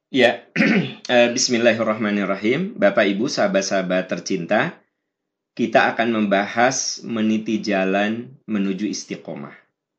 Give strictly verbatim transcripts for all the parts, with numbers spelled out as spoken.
Ya, eh, Bismillahirrahmanirrahim. Bapak, Ibu, sahabat-sahabat tercinta, kita akan membahas meniti jalan menuju istiqomah.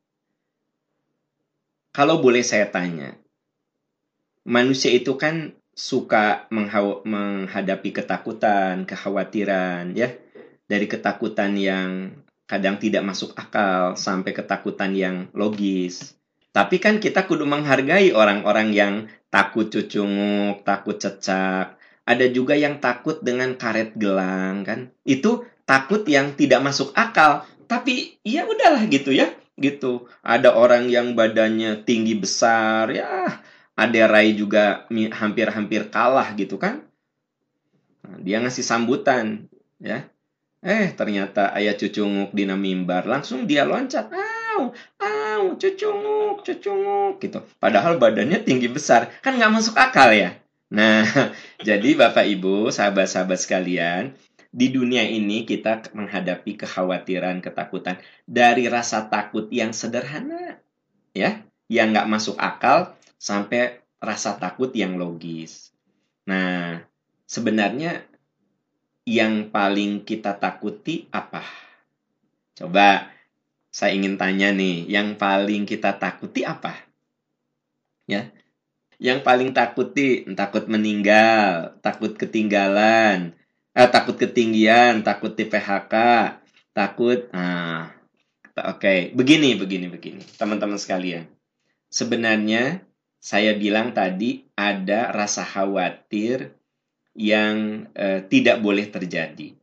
Kalau boleh saya tanya, manusia itu kan suka menghaw- menghadapi ketakutan, kekhawatiran, ya. Dari ketakutan yang kadang tidak masuk akal sampai ketakutan yang logis. Tapi kan kita kudu menghargai orang-orang yang takut cucunguk, takut cecak. Ada juga yang takut dengan karet gelang kan. Itu takut yang tidak masuk akal. Tapi ya udahlah gitu ya. Gitu. Ada orang yang badannya tinggi besar ya. Ada Rai juga hampir-hampir kalah gitu kan. Nah, dia ngasih sambutan ya. Eh, ternyata ayah cucunguk dina mimbar. Langsung dia loncat. Au, au, cucunguk, cucunguk. Gitu. Padahal badannya tinggi besar. Kan nggak masuk akal ya. Nah, jadi Bapak Ibu, sahabat-sahabat sekalian, di dunia ini kita menghadapi kekhawatiran, ketakutan dari rasa takut yang sederhana, ya, yang nggak masuk akal, sampai rasa takut yang logis. Nah, sebenarnya yang paling kita takuti apa? Coba saya ingin tanya nih, yang paling kita takuti apa? Ya, yang paling takuti, takut meninggal, takut ketinggalan, eh, takut ketinggian, takut di P H K, takut, ah, oke, okay. begini, begini, begini, teman-teman sekalian. Sebenarnya saya bilang tadi ada rasa khawatir yang eh, tidak boleh terjadi.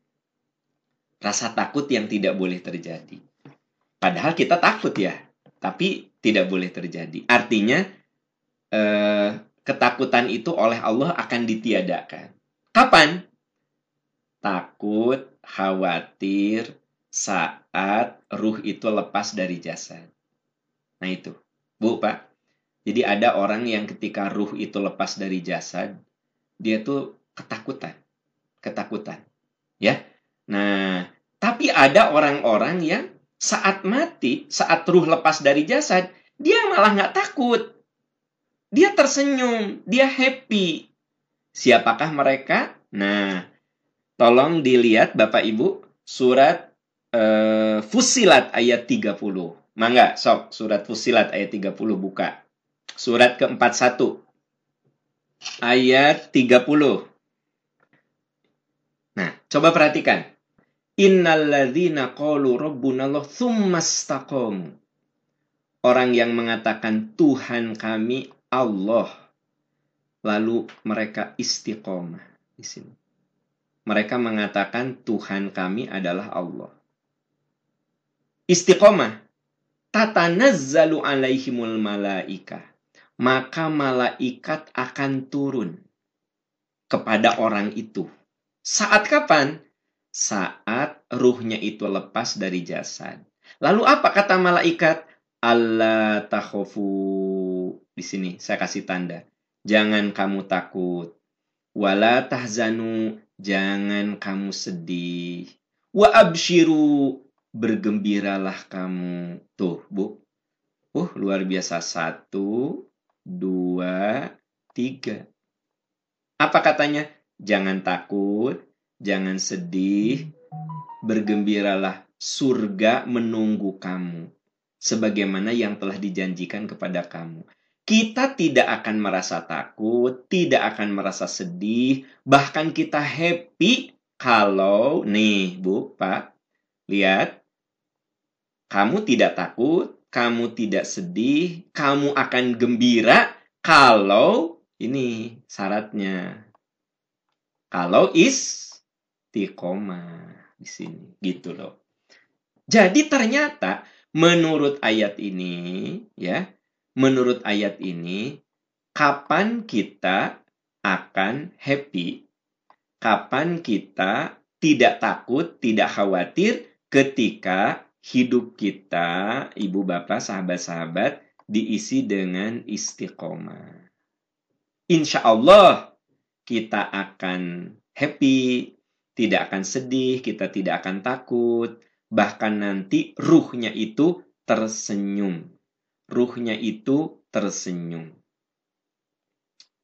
Rasa takut yang tidak boleh terjadi. Padahal kita takut ya, tapi tidak boleh terjadi. Artinya, eh, ketakutan itu oleh Allah akan ditiadakan. Kapan? Takut, khawatir, saat ruh itu lepas dari jasad. Nah itu, Bu, Pak. Jadi ada orang yang ketika ruh itu lepas dari jasad, dia tuh ketakutan. Ketakutan. Ya. Nah, tapi ada orang-orang yang saat mati, saat ruh lepas dari jasad, dia malah nggak takut. Dia tersenyum, dia happy. Siapakah mereka? Nah, tolong dilihat Bapak Ibu, surat uh, Fussilat ayat tiga puluh. Mangga, sok, surat Fussilat ayat tiga puluh buka. Surat ke empat puluh satu. Ayat tiga puluh. Nah, coba perhatikan. Innalladzina qalu rabbunallah tsumastaqamu. Orang yang mengatakan Tuhan kami Allah, lalu mereka istiqomah di sini. Mereka mengatakan Tuhan kami adalah Allah. Istiqomah. Tatanazzalu alaihimul malaika. Maka malaikat akan turun kepada orang itu. Saat kapan? Saat ruhnya itu lepas dari jasad. Lalu apa kata malaikat? Allah takhofu. Di sini saya kasih tanda. Jangan kamu takut. Wala tahzanu. Jangan kamu sedih. Wa abshiru. Bergembiralah kamu. Tuh, Bu. Uh, luar biasa. Satu, dua, tiga. Apa katanya? Jangan takut. Jangan sedih, bergembiralah, surga menunggu kamu. Sebagaimana yang telah dijanjikan kepada kamu. Kita tidak akan merasa takut, tidak akan merasa sedih, bahkan kita happy kalau, nih Bu, Pak, lihat, kamu tidak takut, kamu tidak sedih, kamu akan gembira kalau, ini syaratnya, kalau is istiqomah di sini gitu loh. Jadi ternyata menurut ayat ini ya, menurut ayat ini kapan kita akan happy? Kapan kita tidak takut, tidak khawatir ketika hidup kita, Ibu Bapak, sahabat-sahabat diisi dengan istiqomah. Insya Allah kita akan happy, tidak akan sedih, kita tidak akan takut. Bahkan nanti ruhnya itu tersenyum. Ruhnya itu tersenyum.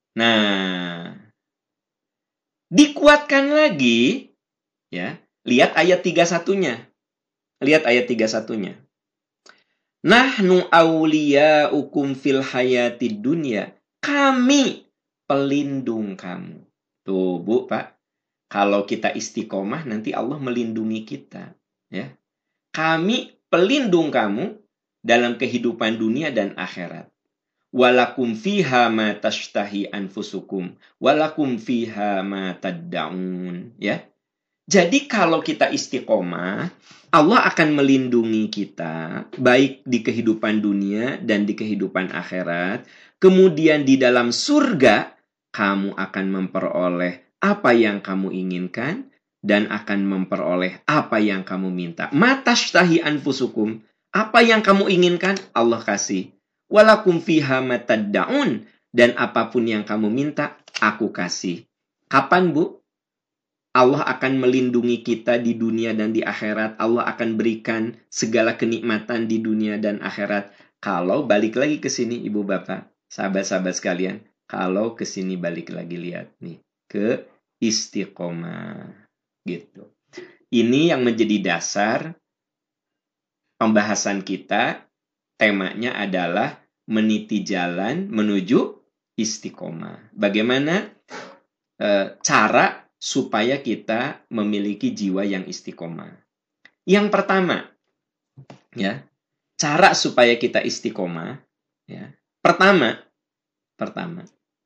Nah, dikuatkan lagi, ya. Lihat ayat tiga puluh satunya. Lihat ayat tiga puluh satunya. Nahnu awliyaukum fil hayatid dunya. Kami pelindung kamu. Tuh, Bu, Pak. Kalau kita istiqomah, nanti Allah melindungi kita. Ya. Kami pelindung kamu dalam kehidupan dunia dan akhirat. Walakum fiha ma tashtahi anfusukum. Walakum fiha ma taddaun. Ya. Jadi kalau kita istiqomah, Allah akan melindungi kita, baik di kehidupan dunia dan di kehidupan akhirat. Kemudian di dalam surga, kamu akan memperoleh apa yang kamu inginkan dan akan memperoleh apa yang kamu minta. Matashtahi anfusukum. Apa yang kamu inginkan, Allah kasih. Walakum fiha mataddaun. Dan apapun yang kamu minta, aku kasih. Kapan, Bu? Allah akan melindungi kita di dunia dan di akhirat. Allah akan berikan segala kenikmatan di dunia dan akhirat. Kalau balik lagi ke sini, Ibu Bapak, sahabat-sahabat sekalian. Kalau ke sini balik lagi, lihat nih. Ke istiqomah. Gitu. Ini yang menjadi dasar pembahasan kita. Temanya adalah meniti jalan menuju istiqomah. Bagaimana e, cara supaya kita memiliki jiwa yang istiqomah. Yang pertama, ya, cara supaya kita istiqomah, ya. Pertama, pertama,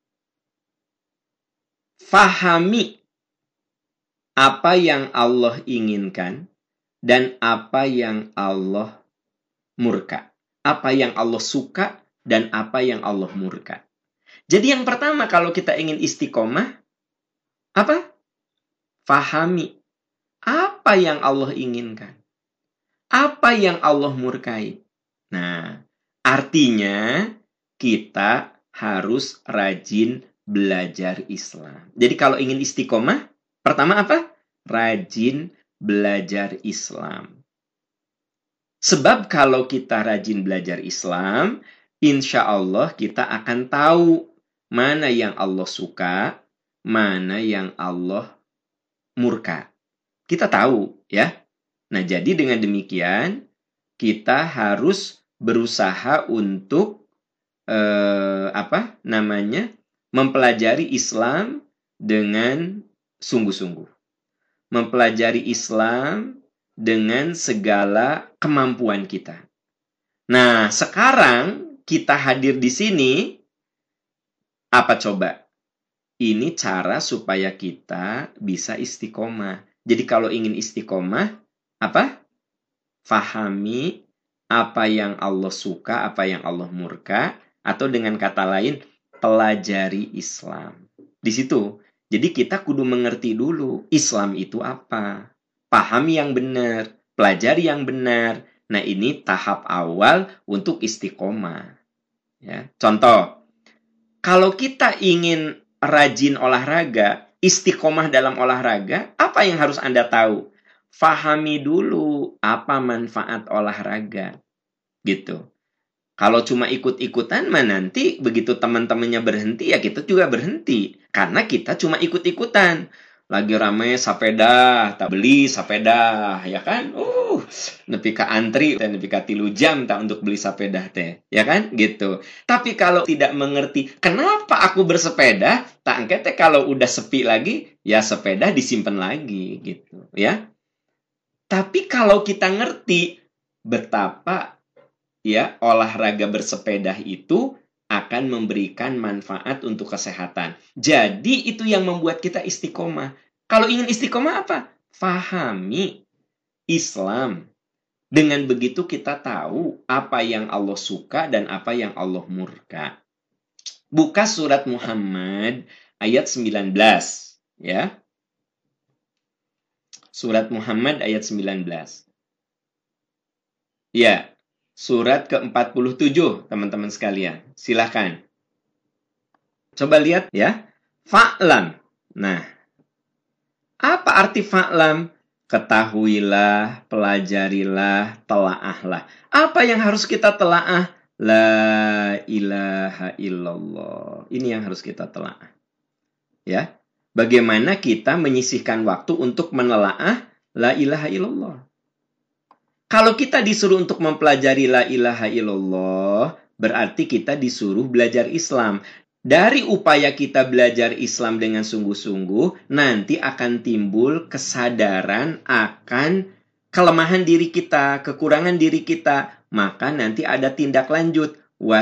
fahami apa yang Allah inginkan dan apa yang Allah murka. Apa yang Allah suka dan apa yang Allah murka. Jadi yang pertama kalau kita ingin istiqomah, apa? Fahami apa yang Allah inginkan. Apa yang Allah murkai. Nah, artinya kita harus rajin belajar Islam. Jadi kalau ingin istiqomah, pertama apa? Rajin belajar Islam. Sebab kalau kita rajin belajar Islam, insya Allah kita akan tahu mana yang Allah suka, mana yang Allah murka. Kita tahu, ya. Nah, jadi dengan demikian, kita harus berusaha untuk, eh, apa namanya, mempelajari Islam dengan sungguh-sungguh. Mempelajari Islam dengan segala kemampuan kita. Nah, sekarang kita hadir di sini, apa coba? Ini cara supaya kita bisa istiqomah. Jadi kalau ingin istiqomah, apa? Fahami apa yang Allah suka, apa yang Allah murka, atau dengan kata lain, pelajari Islam. Di situ. Jadi kita kudu mengerti dulu, Islam itu apa? Pahami yang benar, pelajari yang benar. Nah, ini tahap awal untuk istiqomah. Ya. Contoh, kalau kita ingin rajin olahraga, istiqomah dalam olahraga, apa yang harus Anda tahu? Fahami dulu apa manfaat olahraga. Gitu. Kalau cuma ikut-ikutan, mah nanti begitu teman-temannya berhenti, ya kita juga berhenti. Karena kita cuma ikut-ikutan. Lagi rame sepeda, tak beli sepeda, ya kan? Uh, nepi ka antri, nepi ka tilu jam tak untuk beli sepeda teh, ya kan? Gitu. Tapi kalau tidak mengerti kenapa aku bersepeda, tak angket teh kalau udah sepi lagi, ya sepeda disimpan lagi, gitu, ya. Tapi kalau kita ngerti betapa ya olahraga bersepeda itu akan memberikan manfaat untuk kesehatan. Jadi itu yang membuat kita istiqomah. Kalau ingin istiqomah apa? Fahami Islam. Dengan begitu kita tahu apa yang Allah suka dan apa yang Allah murka. Buka surat Muhammad ayat sembilan belas. Ya. Surat Muhammad ayat sembilan belas. Ya. Surat ke empat puluh tujuh, teman-teman sekalian. Silakan. Coba lihat ya. Fa'lam. Nah, apa arti fa'lam? Ketahuilah, pelajarilah, telaahlah. Apa yang harus kita telaah? La ilaha illallah. Ini yang harus kita telaah. Ya. Bagaimana kita menyisihkan waktu untuk menelaah la ilaha illallah. Kalau kita disuruh untuk mempelajari la ilaha illallah, berarti kita disuruh belajar Islam. Dari upaya kita belajar Islam dengan sungguh-sungguh, nanti akan timbul kesadaran akan kelemahan diri kita, kekurangan diri kita. Maka nanti ada tindak lanjut.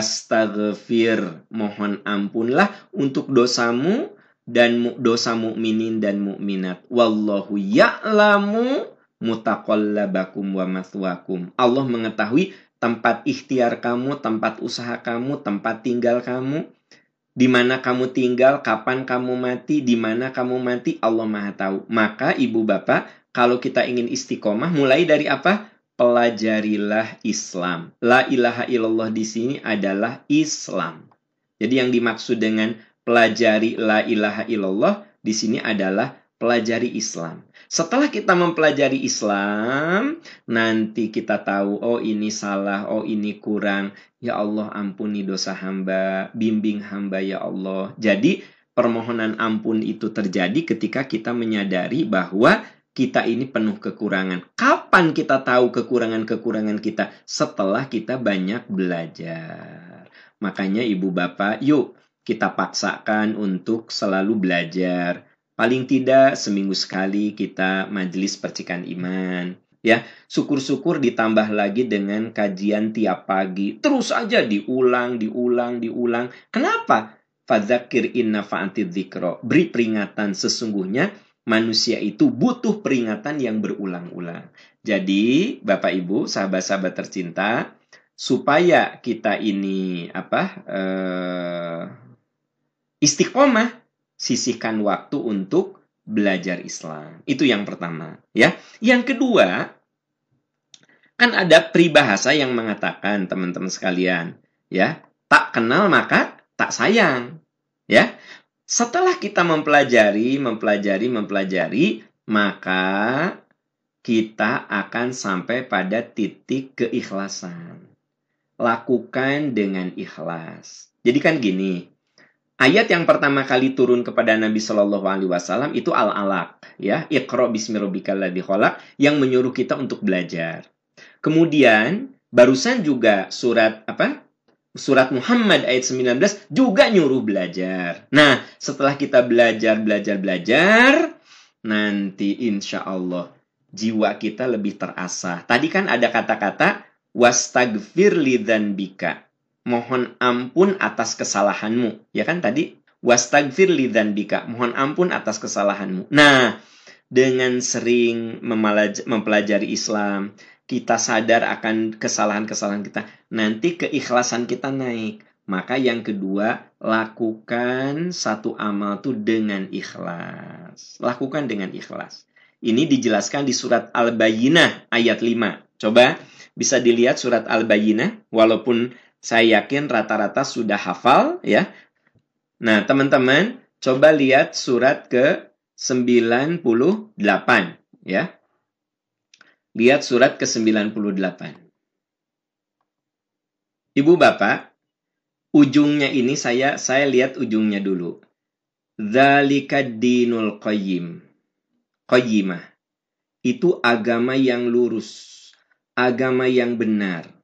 Wastaghfir, mohon ampunlah untuk dosamu dan dosa mukminin dan mukminat. Wallahu ya'lamu mutaqallabakum wa mathwakum. Allah mengetahui tempat ikhtiar kamu, tempat usaha kamu, tempat tinggal kamu. Di mana kamu tinggal, kapan kamu mati, di mana kamu mati, Allah Maha tahu. Maka ibu bapak, kalau kita ingin istiqomah, mulai dari apa? Pelajarilah Islam. La ilaha illallah di sini adalah Islam. Jadi yang dimaksud dengan pelajari la ilaha illallah di sini adalah pelajari Islam. Setelah kita mempelajari Islam, nanti kita tahu, oh ini salah, oh ini kurang. Ya Allah, ampuni dosa hamba, bimbing hamba ya Allah. Jadi permohonan ampun itu terjadi ketika kita menyadari bahwa kita ini penuh kekurangan. Kapan kita tahu kekurangan-kekurangan kita? Setelah kita banyak belajar. Makanya ibu bapak, yuk kita paksakan untuk selalu belajar. Paling tidak seminggu sekali kita majelis percikan iman. Ya, syukur-syukur ditambah lagi dengan kajian tiap pagi. Terus aja diulang, diulang, diulang. Kenapa? Fadzakir inna fa'atid dzikra. Beri peringatan, sesungguhnya manusia itu butuh peringatan yang berulang-ulang. Jadi, Bapak Ibu, sahabat-sahabat tercinta, supaya kita ini apa? Eh, istiqomah, sisihkan waktu untuk belajar Islam. Itu yang pertama, ya. Yang kedua, kan ada peribahasa yang mengatakan, teman-teman sekalian, ya, tak kenal maka tak sayang, ya. Setelah kita mempelajari, mempelajari, mempelajari, maka kita akan sampai pada titik keikhlasan. Lakukan dengan ikhlas. Jadi kan gini, ayat yang pertama kali turun kepada Nabi Shallallahu Alaihi Wasallam itu Al-Alaq, ya, Iqra bismi rabbikal ladzi khalaq, yang menyuruh kita untuk belajar. Kemudian barusan juga surat apa? Surat Muhammad ayat sembilan belas juga nyuruh belajar. Nah, setelah kita belajar, belajar, belajar, nanti insya Allah jiwa kita lebih terasah. Tadi kan ada kata-kata wastagfir lidzanbika. Mohon ampun atas kesalahanmu. Ya kan tadi? Wastagfir lidzanbika. Mohon ampun atas kesalahanmu. Nah, dengan sering mempelajari Islam, kita sadar akan kesalahan-kesalahan kita. Nanti keikhlasan kita naik. Maka yang kedua, lakukan satu amal itu dengan ikhlas. Lakukan dengan ikhlas. Ini dijelaskan di surat Al-Bayyinah ayat lima. Coba bisa dilihat surat Al-Bayyinah. Walaupun saya yakin rata-rata sudah hafal, ya. Nah, teman-teman, coba lihat surat ke sembilan puluh delapan, ya. Lihat surat ke sembilan puluh delapan. Ibu bapak, ujungnya ini saya saya lihat ujungnya dulu. Dzalikad dinul qayyim. Qayyimah. Itu agama yang lurus, agama yang benar.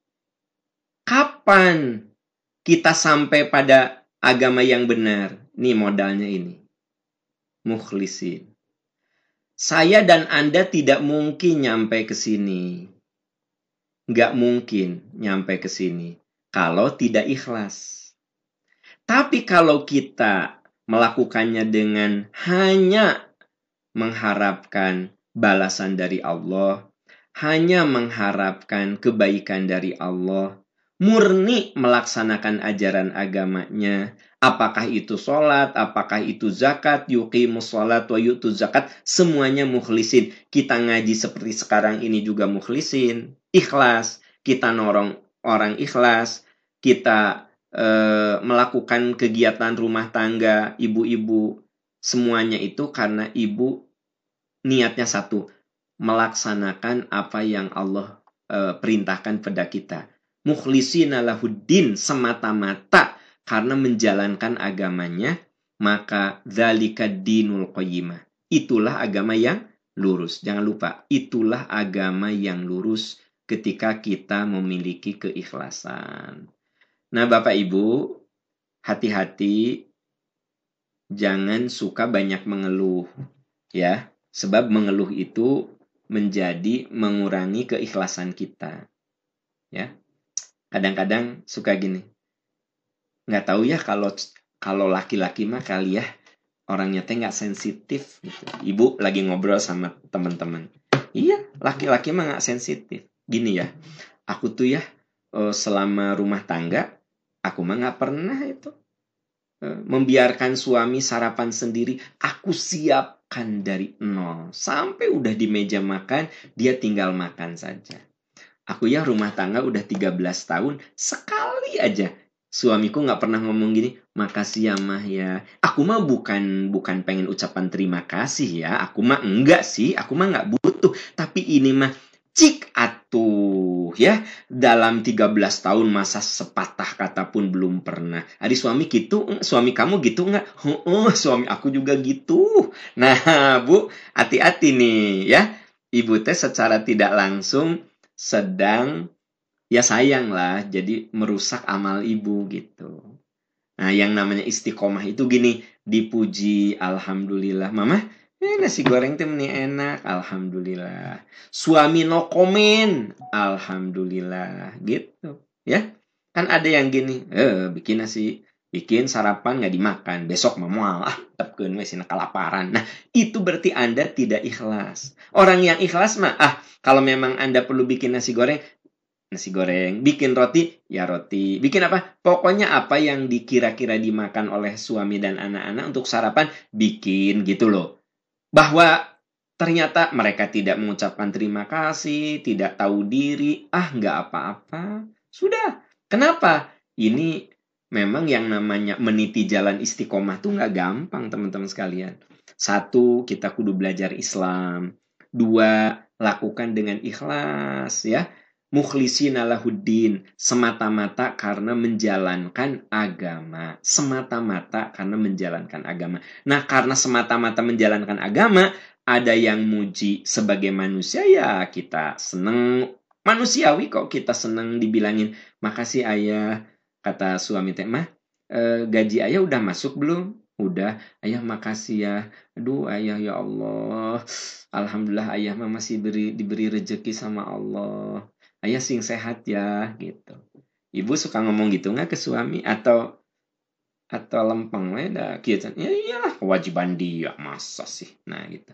Kapan kita sampai pada agama yang benar? Nih modalnya ini. Mukhlisin. Saya dan Anda tidak mungkin nyampe ke sini. Nggak mungkin nyampe ke sini kalau tidak ikhlas. Tapi kalau kita melakukannya dengan hanya mengharapkan balasan dari Allah, hanya mengharapkan kebaikan dari Allah, murni melaksanakan ajaran agamanya, apakah itu sholat, apakah itu zakat, yuqimus sholat wa yu'tu zakat, semuanya mukhlisin. Kita ngaji seperti sekarang ini juga mukhlisin, ikhlas. Kita nolong orang ikhlas, kita e, melakukan kegiatan rumah tangga, ibu-ibu, semuanya itu karena ibu niatnya satu, melaksanakan apa yang Allah e, perintahkan pada kita. mukhlishina lahuddin, semata-mata karena menjalankan agamanya, maka dzalika dinul qayyimah. Itulah agama yang lurus. Jangan lupa, itulah agama yang lurus ketika kita memiliki keikhlasan. Nah, Bapak Ibu, hati-hati jangan suka banyak mengeluh, ya. Sebab mengeluh itu menjadi mengurangi keikhlasan kita. Ya. Kadang-kadang suka gini. Nggak tahu ya kalau kalau laki-laki mah kali ya orangnya teh nggak sensitif gitu. Ibu lagi ngobrol sama teman-teman. Iya, laki-laki mah nggak sensitif. Gini ya, aku tuh ya selama rumah tangga, aku mah nggak pernah itu membiarkan suami sarapan sendiri. Aku siapkan dari nol sampai udah di meja makan, dia tinggal makan saja. Aku ya rumah tangga udah tiga belas tahun, sekali aja suamiku nggak pernah ngomong gini, makasih ya mah ya. Aku mah bukan bukan pengen ucapan terima kasih ya. Aku mah enggak sih, aku mah nggak butuh. Tapi ini mah cik atuh ya. Dalam tiga belas tahun masa sepatah kata pun belum pernah. Adik suami gitu, suami kamu gitu nggak? Oh, suami aku juga gitu. Nah, Bu, hati-hati nih ya. Ibu teh secara tidak langsung sedang ya sayang lah, jadi merusak amal ibu gitu. Nah, yang namanya istiqomah itu gini, dipuji, alhamdulillah. Mama, eh, nasi goreng teh meni enak, alhamdulillah. Suami no komen, alhamdulillah, gitu. Ya, kan ada yang gini, eh, bikin nasi, bikin sarapan nggak dimakan, besok mau ah, tepkeun we sina kalaparan. Nah, itu berarti Anda tidak ikhlas. Orang yang ikhlas mah, ah, kalau memang Anda perlu bikin nasi goreng, nasi goreng, bikin roti, ya roti. Bikin apa? Pokoknya apa yang dikira-kira dimakan oleh suami dan anak-anak untuk sarapan, bikin gitu loh. Bahwa ternyata mereka tidak mengucapkan terima kasih, tidak tahu diri, ah nggak apa-apa. Sudah. Kenapa? Ini memang yang namanya meniti jalan istiqomah tuh nggak gampang, teman-teman sekalian. Satu, kita kudu belajar Islam. Dua, lakukan dengan ikhlas, ya. Mukhlishina lahuddin, semata-mata karena menjalankan agama. Semata-mata karena menjalankan agama. Nah, karena semata-mata menjalankan agama, ada yang muji sebagai manusia, ya kita seneng. Manusiawi kok kita seneng dibilangin, makasih ayah. Kata suami teh, mah, e, gaji ayah udah masuk belum? Udah. Ayah makasih ya. Aduh ayah ya Allah. Alhamdulillah ayah mah masih beri, diberi rezeki sama Allah. Ayah sing sehat ya, gitu. Ibu suka ngomong gitu nggak ke suami? Atau atau lempeng we dah gitu. Ya iyalah kewajiban dia, masa sih. Nah gitu.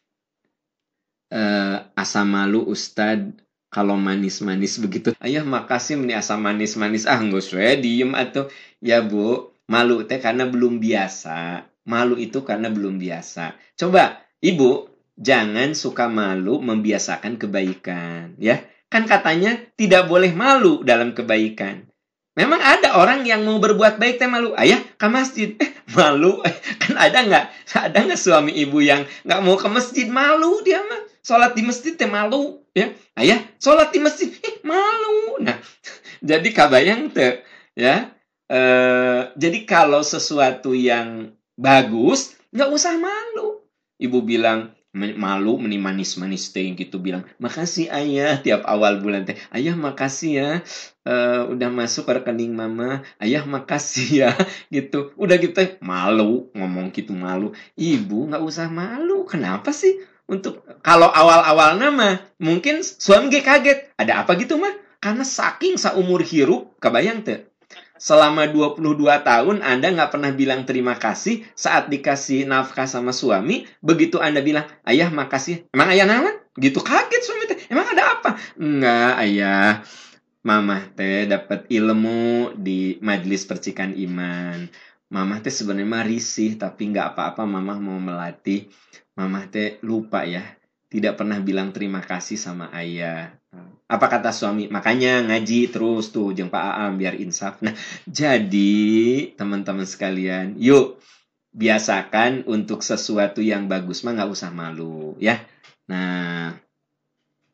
Eh, asam malu Ustad kalau manis-manis begitu. Ayah makasih meni asam manis-manis. Ah nggak usah diem atau ya Bu, malu teh karena belum biasa. Malu itu karena belum biasa. Coba Ibu jangan suka malu membiasakan kebaikan, ya. Kan katanya tidak boleh malu dalam kebaikan. Memang ada orang yang mau berbuat baik teh malu. Ayah ke masjid, eh malu. Kan ada nggak? Ada nggak suami ibu yang nggak mau ke masjid, malu dia mah. Sholat di masjid teh malu, ya. Ayah sholat di masjid, eh malu. Nah, jadi kabayang teh, ya. Eh, jadi kalau sesuatu yang bagus nggak usah malu. Ibu bilang malu meni manis-manis teh gitu, bilang makasih ayah tiap awal bulan teh, ayah makasih ya uh, udah masuk ke rekening mama, ayah makasih ya gitu. Udah gitu malu ngomong gitu, malu. Ibu nggak usah malu. Kenapa sih? Untuk kalau awal-awal nama mungkin suami ge kaget, ada apa gitu mah, karena saking saumur hirup kebayang teh selama dua puluh dua tahun Anda nggak pernah bilang terima kasih saat dikasih nafkah sama suami. Begitu Anda bilang, ayah makasih. Emang ayah naon? Gitu kaget suami teh. Emang ada apa? Enggak, ayah. Mamah teh dapat ilmu di majelis percikan iman. Mamah teh sebenarnya risih, tapi nggak apa-apa. Mamah mau melatih. Mamah teh lupa ya, tidak pernah bilang terima kasih sama ayah. Apa kata suami? Makanya ngaji terus tuh jeung Pak Aam biar insaf. Nah, jadi teman-teman sekalian, yuk biasakan untuk sesuatu yang bagus mah nggak usah malu, ya. Nah,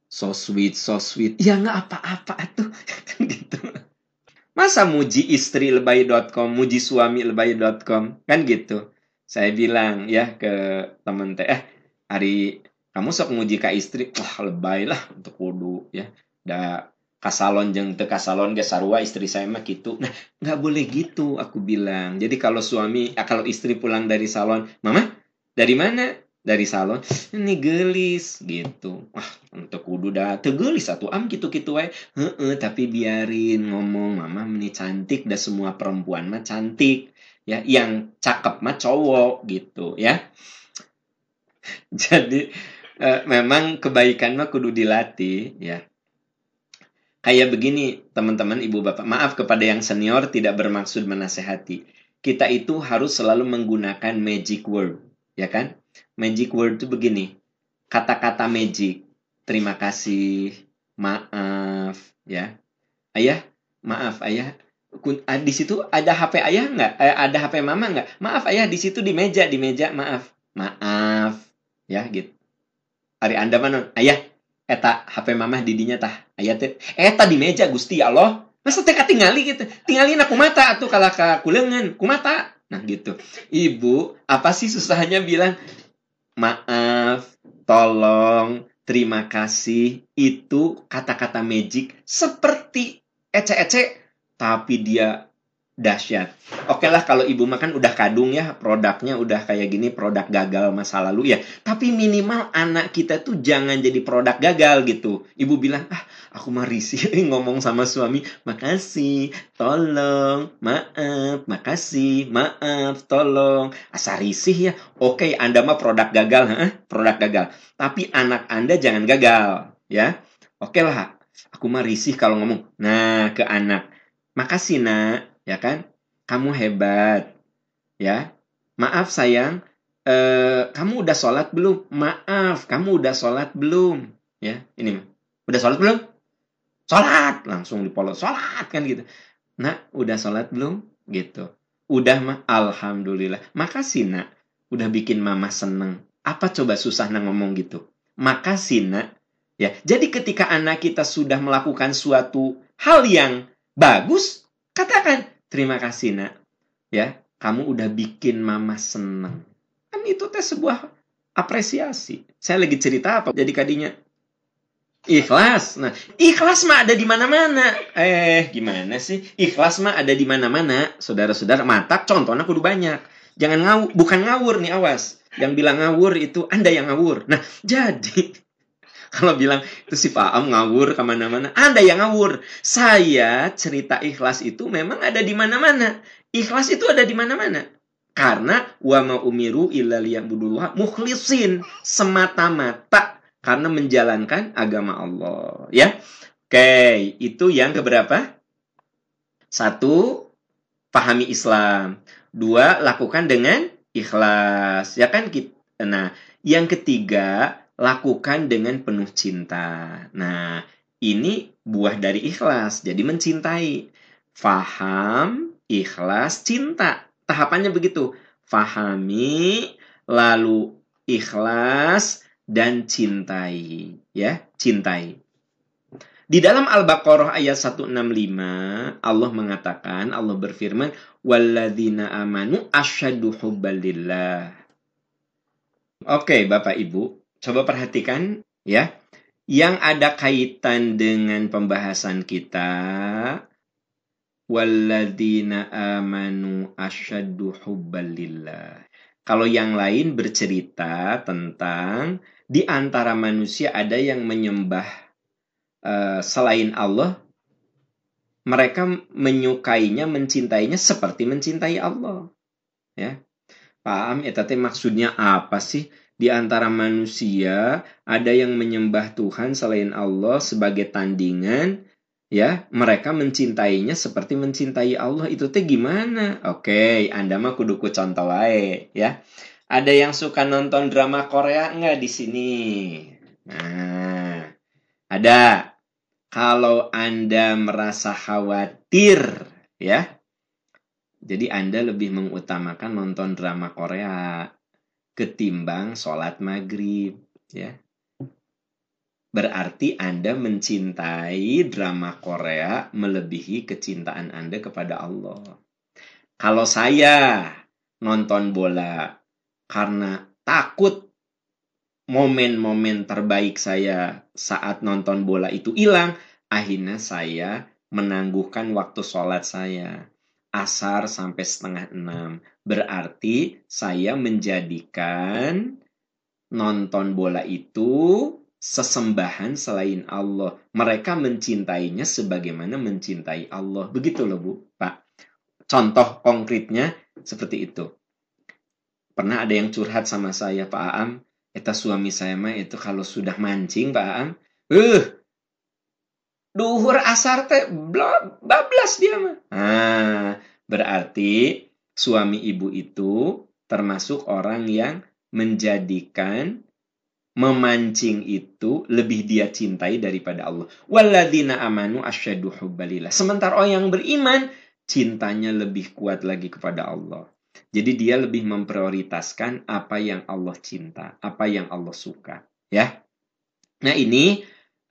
So sweet, so sweet. Ya nggak apa-apa tuh. Kan gitu. Masa muji istri lebay dot com, muji suami lebay dot com, kan gitu. Saya bilang ya ke temen teh, eh hari kamu sok muji ka istri, wah lebay lah untuk kudu ya. Da kasalon jeung teu kasalon ge sarua istri saya mah gitu. Nah, nggak boleh gitu aku bilang. Jadi kalau suami, ah, kalau istri pulang dari salon, "Mama, dari mana?" Dari salon, "Ini gelis." Gitu. Wah, untuk kudu da teu geulis atuh am gitu-gitu wae. Heeh, tapi biarin ngomong, mama ini cantik, dan semua perempuan mah cantik. Ya, yang cakep mah cowok gitu ya. Jadi eh, memang kebaikan mah kudu dilatih ya. Kayak begini, teman-teman, ibu bapak, maaf kepada yang senior tidak bermaksud menasehati. Kita itu harus selalu menggunakan magic word, ya kan? Magic word itu begini, kata-kata magic. Terima kasih, maaf, ya. Ayah, maaf ayah. Kun- ah, Di situ ada H P ayah nggak? Eh, ada H P mama nggak? Maaf ayah, di situ di meja, di meja, maaf. Maaf, ya gitu. Ari anda mana? Ayah, eta H P mama didinya tah. Ayah teh, eta di meja Gusti Allah. Masa teh katingali gitu? Tinggalin aku mata atuh kalau ka kuleungan, kumata. Nah gitu. Ibu, apa sih susahnya bilang maaf, tolong, terima kasih, itu kata-kata magic seperti ece-ece, tapi dia dahsyat. Oke lah kalau ibu makan udah kadung ya, produknya udah kayak gini, produk gagal masa lalu ya. Tapi minimal anak kita tuh jangan jadi produk gagal gitu. Ibu bilang, ah aku mah risih ngomong sama suami, makasih, tolong, maaf, makasih, maaf, tolong. Asa risih ya. Oke, Anda mah produk gagal, huh? Produk gagal. Tapi anak Anda jangan gagal, ya. Oke lah, aku mah risih kalau ngomong. Nah, ke anak, makasih nak, ya kan? Kamu hebat, ya. Maaf sayang, eh, kamu udah sholat belum? Maaf, kamu udah sholat belum? Ya, ini mah. Udah sholat belum? Sholat, langsung dipolot. Sholat kan gitu. Nak, udah sholat belum? Gitu. Udah mah, alhamdulillah. Makasih nak, udah bikin mama seneng. Apa coba susah nak ngomong gitu? Makasih nak. Ya, jadi ketika anak kita sudah melakukan suatu hal yang bagus, katakan terima kasih nak. Ya, kamu udah bikin mama seneng. Kan itu teh sebuah apresiasi. Saya lagi cerita apa jadi kadinya? Ikhlas. Nah, ikhlas mah ada di mana-mana. Eh, gimana sih? Ikhlas mah ada di mana-mana. Saudara-saudara, mata contohnya kudu banyak. Jangan ngawur, bukan ngawur nih, awas. Yang bilang ngawur itu Anda yang ngawur. Nah, jadi kalau bilang itu si Faam ngawur kemana-mana, Anda yang ngawur. Saya cerita ikhlas itu memang ada di mana-mana. Ikhlas itu ada di mana-mana. Karena wa ma umiru illa liya'budullaha mukhlisin, semata-mata karena menjalankan agama Allah, ya. Oke, itu yang keberapa? Satu, pahami Islam. Dua, lakukan dengan ikhlas, ya kan? Nah, yang ketiga, lakukan dengan penuh cinta. Nah, ini buah dari ikhlas, jadi mencintai. Faham, ikhlas, cinta. Tahapannya begitu. Fahami, lalu ikhlas, dan cintai. Ya, cintai. Di dalam Al-Baqarah ayat seratus enam puluh lima, Allah mengatakan, Allah berfirman, walladzina amanu asyaddu hubbalillah. Oke, Bapak Ibu, coba perhatikan ya. Yang ada kaitan dengan pembahasan kita, walladzina amanu asyaddu hubbalillah. Kalau yang lain bercerita tentang di antara manusia ada yang menyembah uh, selain Allah, mereka menyukainya, mencintainya seperti mencintai Allah. Ya, paham? Ya, tapi maksudnya apa sih? Di antara manusia ada yang menyembah Tuhan selain Allah sebagai tandingan, ya, mereka mencintainya seperti mencintai Allah. Itu teh gimana? Oke, Anda mah kudu ku contoh wae, ya. Ada yang suka nonton drama Korea nggak di sini? Nah, ada. Kalau Anda merasa khawatir, ya, jadi Anda lebih mengutamakan nonton drama Korea ketimbang sholat maghrib, ya. berarti Anda mencintai drama Korea melebihi kecintaan Anda kepada Allah. Kalau saya nonton bola karena takut momen-momen terbaik saya saat nonton bola itu hilang, akhirnya saya menangguhkan waktu sholat saya. Asar sampai setengah enam. Berarti saya menjadikan nonton bola itu sesembahan selain Allah. Mereka mencintainya sebagaimana mencintai Allah. Begitu loh Bu, Pak. Contoh konkretnya seperti itu. Pernah ada yang curhat sama saya, Pak Aam. Eta suami saya mah itu kalau sudah mancing, Pak Aam. Uh, duhur asar teh bablas dia mah. Nah, berarti suami ibu itu termasuk orang yang menjadikan memancing itu lebih dia cintai daripada Allah. Walladzina amanu asyaddu hubbalillah. Sementara orang yang beriman cintanya lebih kuat lagi kepada Allah. Jadi dia lebih memprioritaskan apa yang Allah cinta, apa yang Allah suka, ya. Nah, ini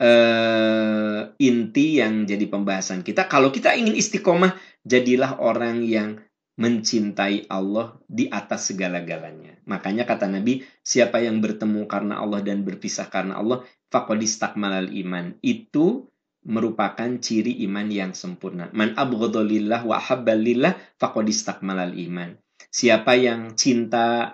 uh, inti yang jadi pembahasan kita. Kalau kita ingin istiqomah, jadilah orang yang mencintai Allah di atas segala-galanya. Makanya kata Nabi, siapa yang bertemu karena Allah dan berpisah karena Allah, faqad istakmalal iman. Itu merupakan ciri iman yang sempurna. Man abghadalillah wa habbalillah faqad istakmalal iman. Siapa yang cinta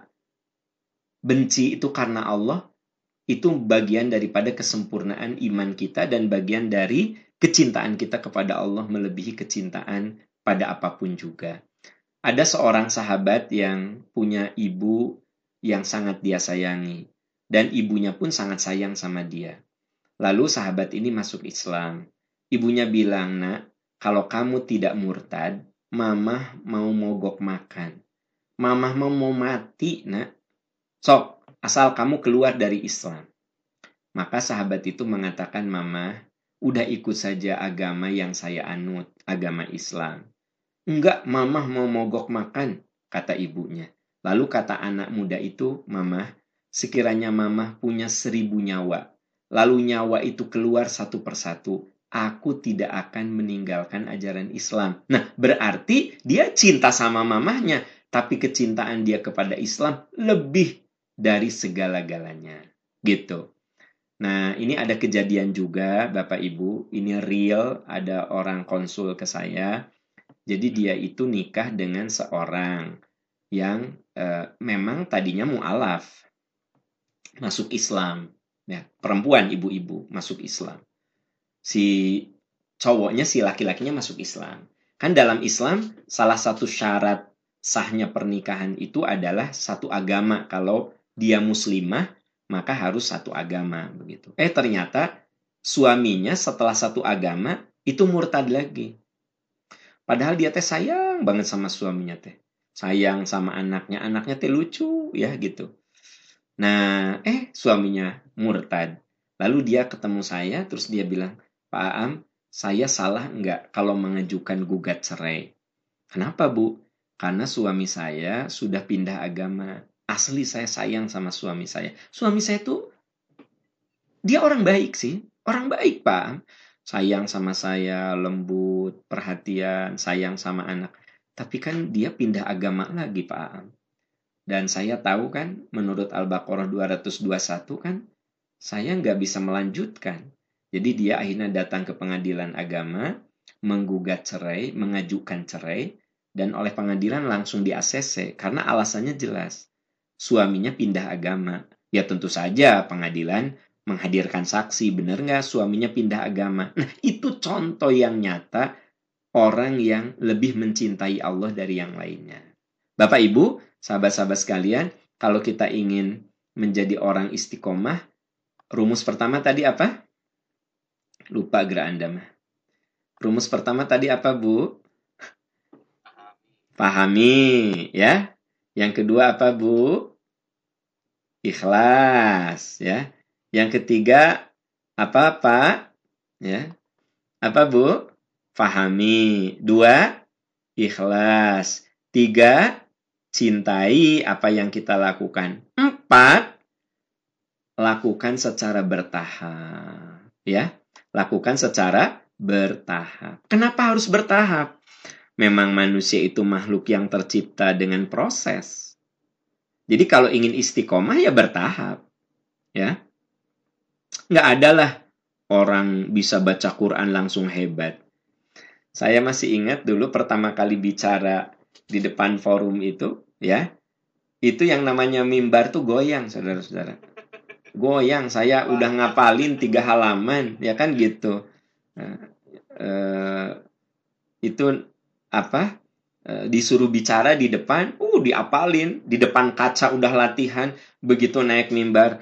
benci itu karena Allah, itu bagian daripada kesempurnaan iman kita dan bagian dari kecintaan kita kepada Allah melebihi kecintaan pada apapun juga. Ada seorang sahabat yang punya ibu yang sangat dia sayangi. Dan ibunya pun sangat sayang sama dia. Lalu sahabat ini masuk Islam. Ibunya bilang, nak, kalau kamu tidak murtad, mamah mau mogok makan. Mamah mau mati, nak. Sok, asal kamu keluar dari Islam. Maka sahabat itu mengatakan, mamah, udah ikut saja agama yang saya anut, agama Islam. Enggak, mamah mau mogok makan, kata ibunya. Lalu kata anak muda itu, mamah, sekiranya mamah punya seribu nyawa, lalu nyawa itu keluar satu persatu, aku tidak akan meninggalkan ajaran Islam. Nah, berarti dia cinta sama mamahnya, tapi kecintaan dia kepada Islam lebih dari segala-galanya. Gitu. Nah, ini ada kejadian juga, Bapak Ibu. Ini real, ada orang konsul ke saya. Jadi dia itu nikah dengan seorang yang e, memang tadinya mu'alaf, masuk Islam. Ya, perempuan, ibu-ibu, masuk Islam. Si cowoknya, si laki-lakinya masuk Islam. Kan dalam Islam, salah satu syarat sahnya pernikahan itu adalah satu agama. Kalau dia muslimah, maka harus satu agama. Begitu. Eh ternyata suaminya setelah satu agama, itu murtad lagi. Padahal dia teh sayang banget sama suaminya teh. Sayang sama anaknya. Anaknya teh lucu ya gitu. Nah, eh suaminya murtad. Lalu dia ketemu saya, terus dia bilang, Pak Aam, saya salah enggak kalau mengajukan gugat cerai? Kenapa, Bu? Karena suami saya sudah pindah agama. Asli saya sayang sama suami saya. Suami saya tuh, dia orang baik sih. Orang baik, Pak Aam. Sayang sama saya, lembut, perhatian, sayang sama anak. Tapi kan dia pindah agama lagi, Pak Aam. Dan saya tahu kan, menurut Al-Baqarah dua ratus dua puluh satu kan, saya nggak bisa melanjutkan. Jadi dia akhirnya datang ke pengadilan agama, menggugat cerai, mengajukan cerai, dan oleh pengadilan langsung di-A C C, karena alasannya jelas. Suaminya pindah agama. Ya tentu saja pengadilan menghadirkan saksi, benar nggak suaminya pindah agama. Nah, itu contoh yang nyata orang yang lebih mencintai Allah dari yang lainnya. Bapak Ibu, sahabat-sahabat sekalian, kalau kita ingin menjadi orang istiqomah, rumus pertama tadi apa? Lupa gerak Anda mah. Rumus pertama tadi apa, Bu? Pahami, ya. Yang kedua apa, Bu? Ikhlas, ya. Yang ketiga, apa, Pak? Ya. Apa, Bu? Fahami. Dua, ikhlas. Tiga, cintai apa yang kita lakukan. Empat, lakukan secara bertahap. Ya, lakukan secara bertahap. Kenapa harus bertahap? Memang manusia itu makhluk yang tercipta dengan proses. Jadi kalau ingin istiqomah ya bertahap. Ya, nggak adalah orang bisa baca Quran langsung hebat. Saya masih ingat dulu pertama kali bicara di depan forum itu, ya, itu yang namanya mimbar tuh goyang, saudara-saudara. Goyang, saya udah ngapalin tiga halaman, ya kan gitu. Nah, eh, itu apa? Eh, disuruh bicara di depan, uh diapalin, di depan kaca udah latihan, begitu naik mimbar,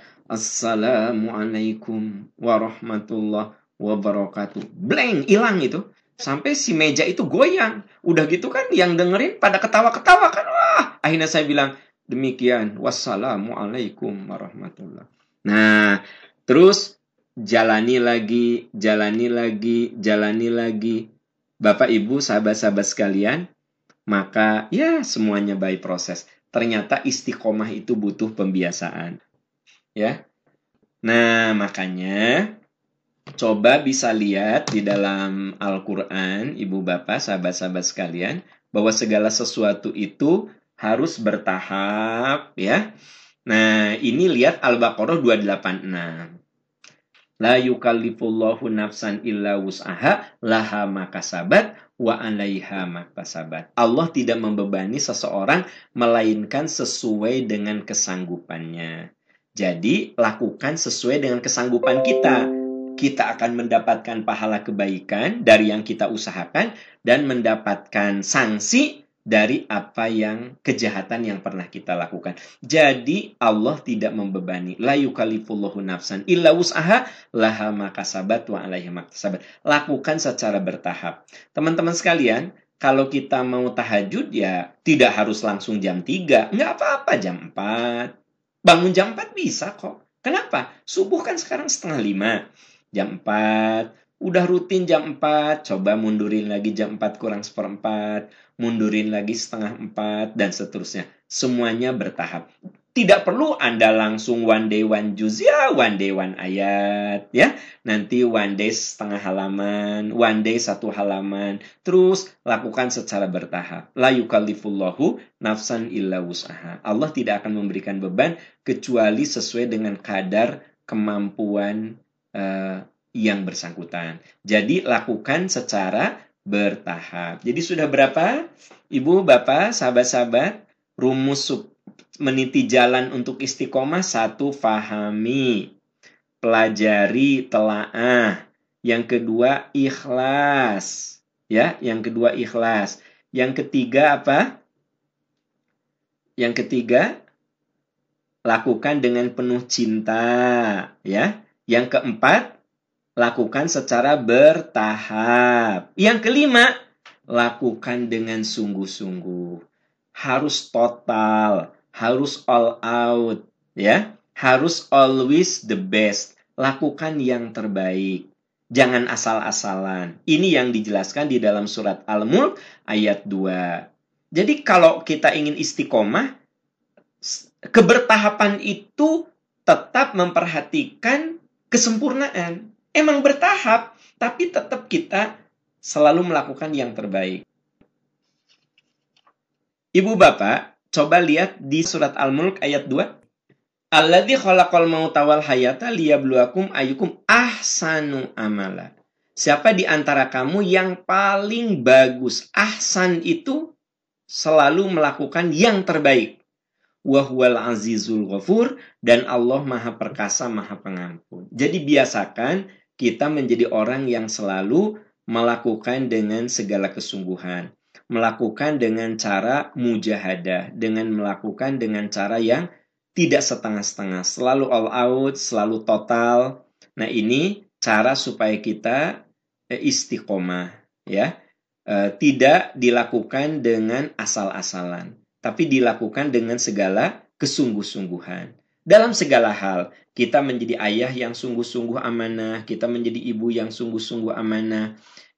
Assalamualaikum warahmatullahi wabarakatuh. Blank, hilang itu. Sampai si meja itu goyang. Udah gitu kan yang dengerin pada ketawa-ketawa kan. Wah, akhirnya saya bilang, demikian. Wassalamualaikum warahmatullahi. Nah, terus jalani lagi, jalani lagi, jalani lagi. Bapak, Ibu, sahabat-sahabat sekalian, maka ya semuanya by proses. Ternyata istiqomah itu butuh pembiasaan. Ya. Nah, makanya coba bisa lihat di dalam Al-Quran, Ibu Bapak, sahabat-sahabat sekalian, bahwa segala sesuatu itu harus bertahap, ya. Nah, ini lihat Al-Baqarah dua ratus delapan puluh enam. La yukallifullahu nafsan illa wus'aha laha makasabat wa 'alaiha maktasabat. Allah tidak membebani seseorang melainkan sesuai dengan kesanggupannya. Jadi, lakukan sesuai dengan kesanggupan kita. Kita akan mendapatkan pahala kebaikan dari yang kita usahakan dan mendapatkan sanksi dari apa yang kejahatan yang pernah kita lakukan. Jadi Allah tidak membebani. La yukallifullahu nafsan illa wus'aha laha makasabat wa 'alaiha maktasabat. Lakukan secara bertahap. Teman-teman sekalian, kalau kita mau tahajud ya tidak harus langsung jam tiga. Nggak apa-apa jam empat. Bangun jam empat bisa kok. Kenapa? Subuh kan sekarang setengah lima. Jam empat. Udah rutin jam empat, coba mundurin lagi jam empat kurang seperempat, mundurin lagi setengah empat, dan seterusnya. Semuanya bertahap. Tidak perlu Anda langsung one day one juz, ya one day one ayat, ya. Nanti one day setengah halaman, one day satu halaman. Terus lakukan secara bertahap. La yukallifullahu nafsan illa wus'aha. Allah tidak akan memberikan beban kecuali sesuai dengan kadar kemampuan uh, yang bersangkutan. Jadi lakukan secara bertahap. Jadi sudah berapa? Ibu, Bapak, sahabat-sahabat, rumus meniti jalan untuk istiqomah. Satu, fahami, pelajari, telaah. Yang kedua, ikhlas. Ya, yang kedua ikhlas. Yang ketiga apa? Yang ketiga, lakukan dengan penuh cinta, ya. Yang keempat, lakukan secara bertahap. Yang kelima, lakukan dengan sungguh-sungguh. Harus total, harus all out, ya. Harus always the best. Lakukan yang terbaik. Jangan asal-asalan. Ini yang dijelaskan di dalam surat Al-Mulk ayat dua. Jadi kalau kita ingin istiqomah, kebertahapan itu tetap memperhatikan kesempurnaan. Emang bertahap, tapi tetap kita selalu melakukan yang terbaik. Ibu Bapak, coba lihat di surat Al-Mulk ayat dua. Alladzi khalaqal mauta wal hayata liyabluwakum ayyukum ahsanu amala. Siapa di antara kamu yang paling bagus? Ahsan itu selalu melakukan yang terbaik. Wa huwal azizul ghafur, dan Allah Maha Perkasa, Maha Pengampun. Jadi biasakan kita menjadi orang yang selalu melakukan dengan segala kesungguhan. Melakukan dengan cara mujahadah. Dengan melakukan dengan cara yang tidak setengah-setengah. Selalu all out, selalu total. Nah ini cara supaya kita istiqomah. Ya. E, tidak dilakukan dengan asal-asalan. Tapi dilakukan dengan segala kesungguh-sungguhan. Dalam segala hal, kita menjadi ayah yang sungguh-sungguh amanah, kita menjadi ibu yang sungguh-sungguh amanah,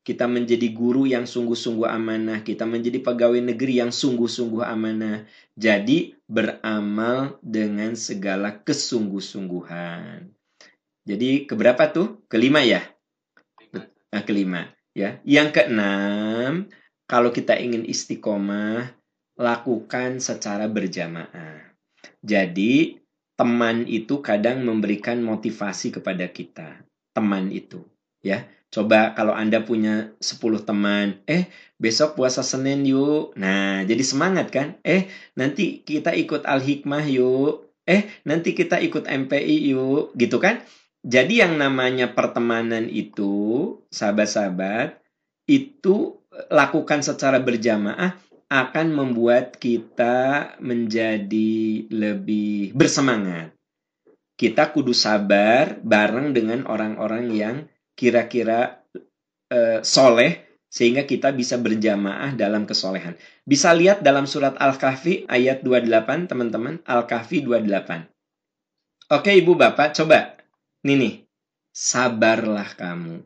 kita menjadi guru yang sungguh-sungguh amanah, kita menjadi pegawai negeri yang sungguh-sungguh amanah. Jadi beramal dengan segala kesungguh-sungguhan. Jadi keberapa tuh? Kelima ya? Nah, kelima ya. Yang keenam, kalau kita ingin istiqomah, lakukan secara berjamaah. Jadi teman itu kadang memberikan motivasi kepada kita. Teman itu ya. Coba kalau Anda punya sepuluh teman, eh besok puasa Senin yuk. Nah, jadi semangat kan? Eh, nanti kita ikut Al-Hikmah yuk. Eh, nanti kita ikut M P I yuk. Gitu kan? Jadi yang namanya pertemanan itu, sahabat-sahabat, itu lakukan secara berjamaah akan membuat kita menjadi lebih bersemangat. Kita kudu sabar bareng dengan orang-orang yang kira-kira uh, soleh, sehingga kita bisa berjamaah dalam kesolehan. Bisa lihat dalam surat Al-Kahfi ayat dua puluh delapan, teman-teman. Al-Kahfi dua puluh delapan. Oke, Ibu Bapak, coba. Nih nih, sabarlah kamu.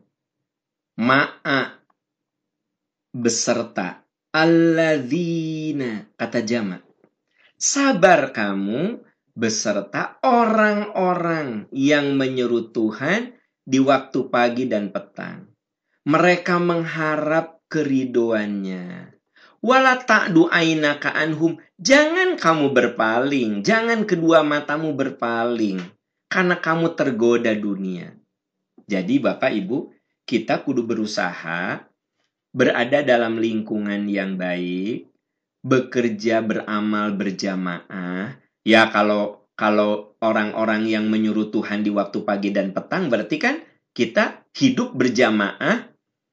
Ma'a beserta. Alladzina, kata jamak. Sabar kamu beserta orang-orang yang menyeru Tuhan di waktu pagi dan petang. Mereka mengharap keridoannya. Wala ta'du ainaka anhum. Jangan kamu berpaling. Jangan kedua matamu berpaling. Karena kamu tergoda dunia. Jadi Bapak Ibu, kita kudu berusaha berada dalam lingkungan yang baik, bekerja, beramal, berjamaah. Ya kalau kalau orang-orang yang menyuruh Tuhan di waktu pagi dan petang, berarti kan kita hidup berjamaah,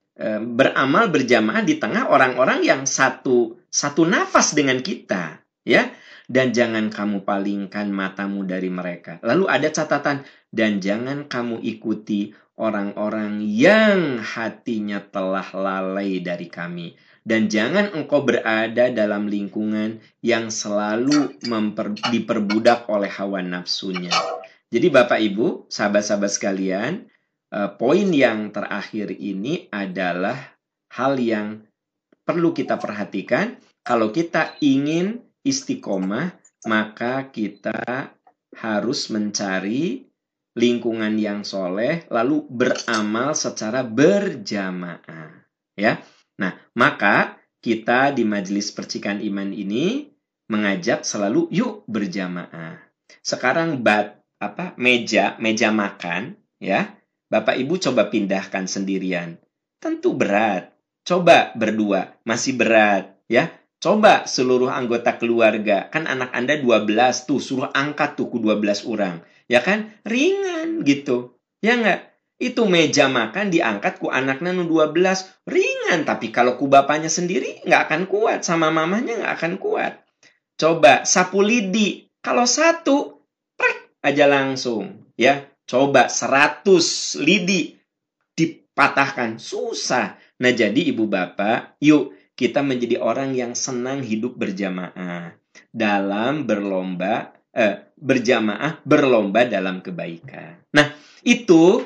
beramal berjamaah di tengah orang-orang yang satu satu nafas dengan kita, ya. Dan jangan kamu palingkan matamu dari mereka. Lalu ada catatan, dan jangan kamu ikuti orang-orang yang hatinya telah lalai dari kami. Dan jangan engkau berada dalam lingkungan yang selalu memper, diperbudak oleh hawa nafsunya. Jadi Bapak Ibu, sahabat-sahabat sekalian, eh, poin yang terakhir ini adalah hal yang perlu kita perhatikan. Kalau kita ingin istiqomah, maka kita harus mencari lingkungan yang soleh, lalu beramal secara berjamaah. Ya, nah maka kita di Majelis Percikan Iman ini mengajak selalu yuk berjamaah. Sekarang bat apa meja meja makan, ya Bapak Ibu coba pindahkan sendirian, tentu berat. Coba berdua, masih berat, ya. Coba seluruh anggota keluarga, kan anak Anda dua belas tuh, suruh angkat tuh ku dua belas orang. Ya kan? Ringan gitu. Ya enggak? Itu meja makan diangkat ku anaknya nu dua belas, ringan. Tapi kalau ku bapaknya sendiri nggak akan kuat, sama mamanya nggak akan kuat. Coba sapu lidi, kalau satu, prek aja langsung. Ya, coba seratus lidi dipatahkan, susah. Nah jadi ibu bapak, yuk kita menjadi orang yang senang hidup berjamaah. Dalam berlomba, eh, berjamaah, berlomba dalam kebaikan. Nah, itu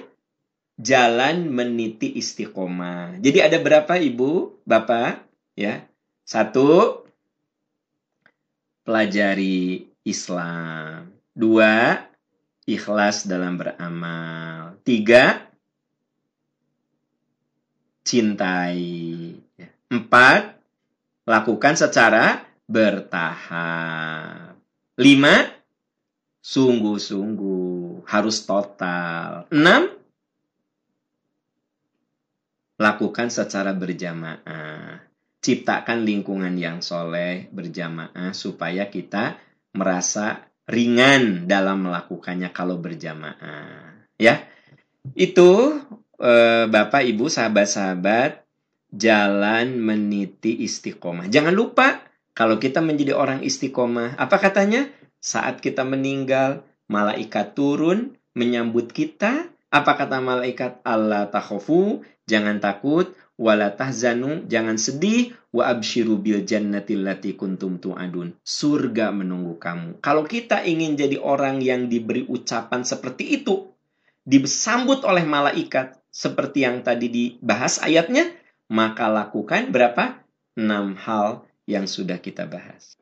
jalan meniti istiqomah. Jadi ada berapa ibu, bapak? Ya, satu, pelajari Islam. Dua, ikhlas dalam beramal. Tiga, cintai. Empat, lakukan secara bertahap. Lima, sungguh-sungguh, harus total. Enam, lakukan secara berjamaah. Ciptakan lingkungan yang soleh berjamaah supaya kita merasa ringan dalam melakukannya kalau berjamaah. Ya, itu eh, Bapak, Ibu, sahabat-sahabat, jalan meniti istiqomah. Jangan lupa, kalau kita menjadi orang istiqomah, apa katanya? Saat kita meninggal, malaikat turun menyambut kita. Apa kata malaikat? Allah takhofu, jangan takut, wala tahzanu, jangan sedih, wa absyiru bil jannati allati kuntum tu'adun. Surga menunggu kamu. Kalau kita ingin jadi orang yang diberi ucapan seperti itu, disambut oleh malaikat seperti yang tadi dibahas ayatnya, maka lakukan berapa? Enam hal yang sudah kita bahas.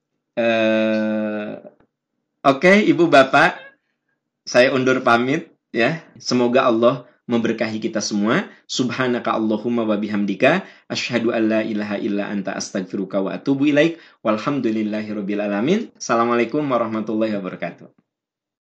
Uh, Oke, okay, Ibu Bapak, saya undur pamit ya. Semoga Allah memberkahi kita semua. Subhanaka Allahumma wa bihamdika asyhadu an la ilaha illa anta astaghfiruka wa atubu ilaik. Walhamdulillahirabbil alamin. Assalamualaikum warahmatullahi wabarakatuh.